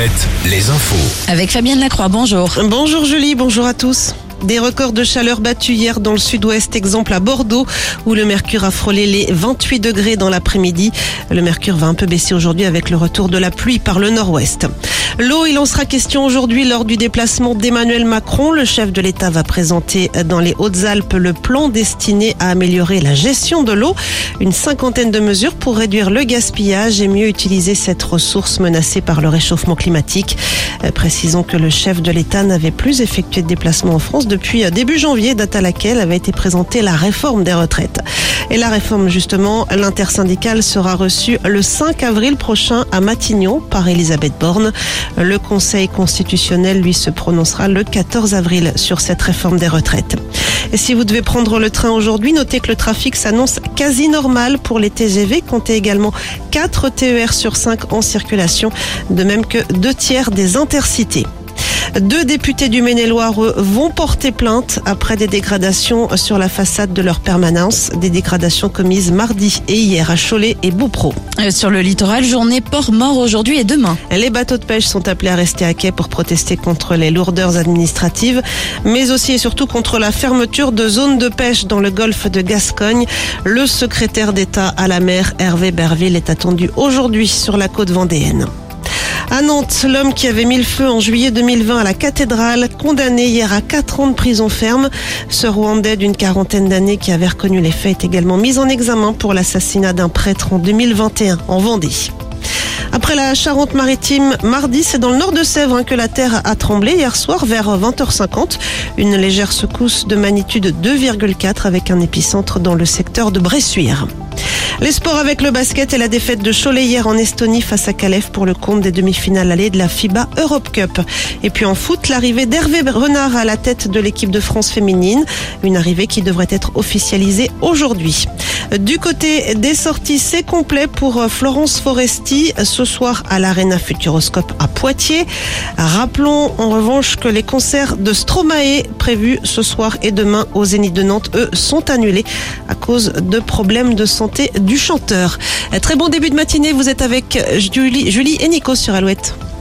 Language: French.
Alouette, les infos. Avec Fabienne Lacroix, bonjour. Bonjour Julie, bonjour à tous. Des records de chaleur battus hier dans le sud-ouest, exemple à Bordeaux, où le mercure a frôlé les 28 degrés dans l'après-midi. Le mercure va un peu baisser aujourd'hui avec le retour de la pluie par le nord-ouest. L'eau, il en sera question aujourd'hui lors du déplacement d'Emmanuel Macron. Le chef de l'État va présenter dans les Hautes-Alpes le plan destiné à améliorer la gestion de l'eau. Une cinquantaine de mesures pour réduire le gaspillage et mieux utiliser cette ressource menacée par le réchauffement climatique. Précisons que le chef de l'État n'avait plus effectué de déplacement en France depuis début janvier, date à laquelle avait été présentée la réforme des retraites. Et la réforme, justement, l'intersyndicale sera reçue le 5 avril prochain à Matignon par Elisabeth Borne. Le Conseil constitutionnel, lui, se prononcera le 14 avril sur cette réforme des retraites. Et si vous devez prendre le train aujourd'hui, notez que le trafic s'annonce quasi normal pour les TGV. Comptez également 4 TER sur 5 en circulation, de même que 2 tiers des intercités. 2 députés du Maine-et-Loire vont porter plainte après des dégradations sur la façade de leur permanence. Des dégradations commises mardi et hier à Cholet et Beaupro. Sur le littoral, journée port mort aujourd'hui et demain. Les bateaux de pêche sont appelés à rester à quai pour protester contre les lourdeurs administratives, mais aussi et surtout contre la fermeture de zones de pêche dans le golfe de Gascogne. Le secrétaire d'État à la mer, Hervé Berville, est attendu aujourd'hui sur la côte vendéenne. À Nantes, l'homme qui avait mis le feu en juillet 2020 à la cathédrale, condamné hier à 4 ans de prison ferme. Ce Rwandais d'une quarantaine d'années qui avait reconnu les faits est également mis en examen pour l'assassinat d'un prêtre en 2021 en Vendée. Après la Charente-Maritime, mardi, c'est dans le nord de Sèvres que la terre a tremblé hier soir vers 20h50. Une légère secousse de magnitude 2,4 avec un épicentre dans le secteur de Bressuire. Les sports avec le basket et la défaite de Cholet hier en Estonie face à Calais pour le compte des demi-finales allées de la FIBA Europe Cup. Et puis en foot, l'arrivée d'Hervé Renard à la tête de l'équipe de France féminine. Une arrivée qui devrait être officialisée aujourd'hui. Du côté des sorties, c'est complet pour Florence Foresti ce soir à l'Arena Futuroscope à Poitiers. Rappelons en revanche que les concerts de Stromae prévus ce soir et demain au Zénith de Nantes, eux, sont annulés à cause de problèmes de santé du chanteur. Très bon début de matinée, vous êtes avec Julie et Nico sur Alouette.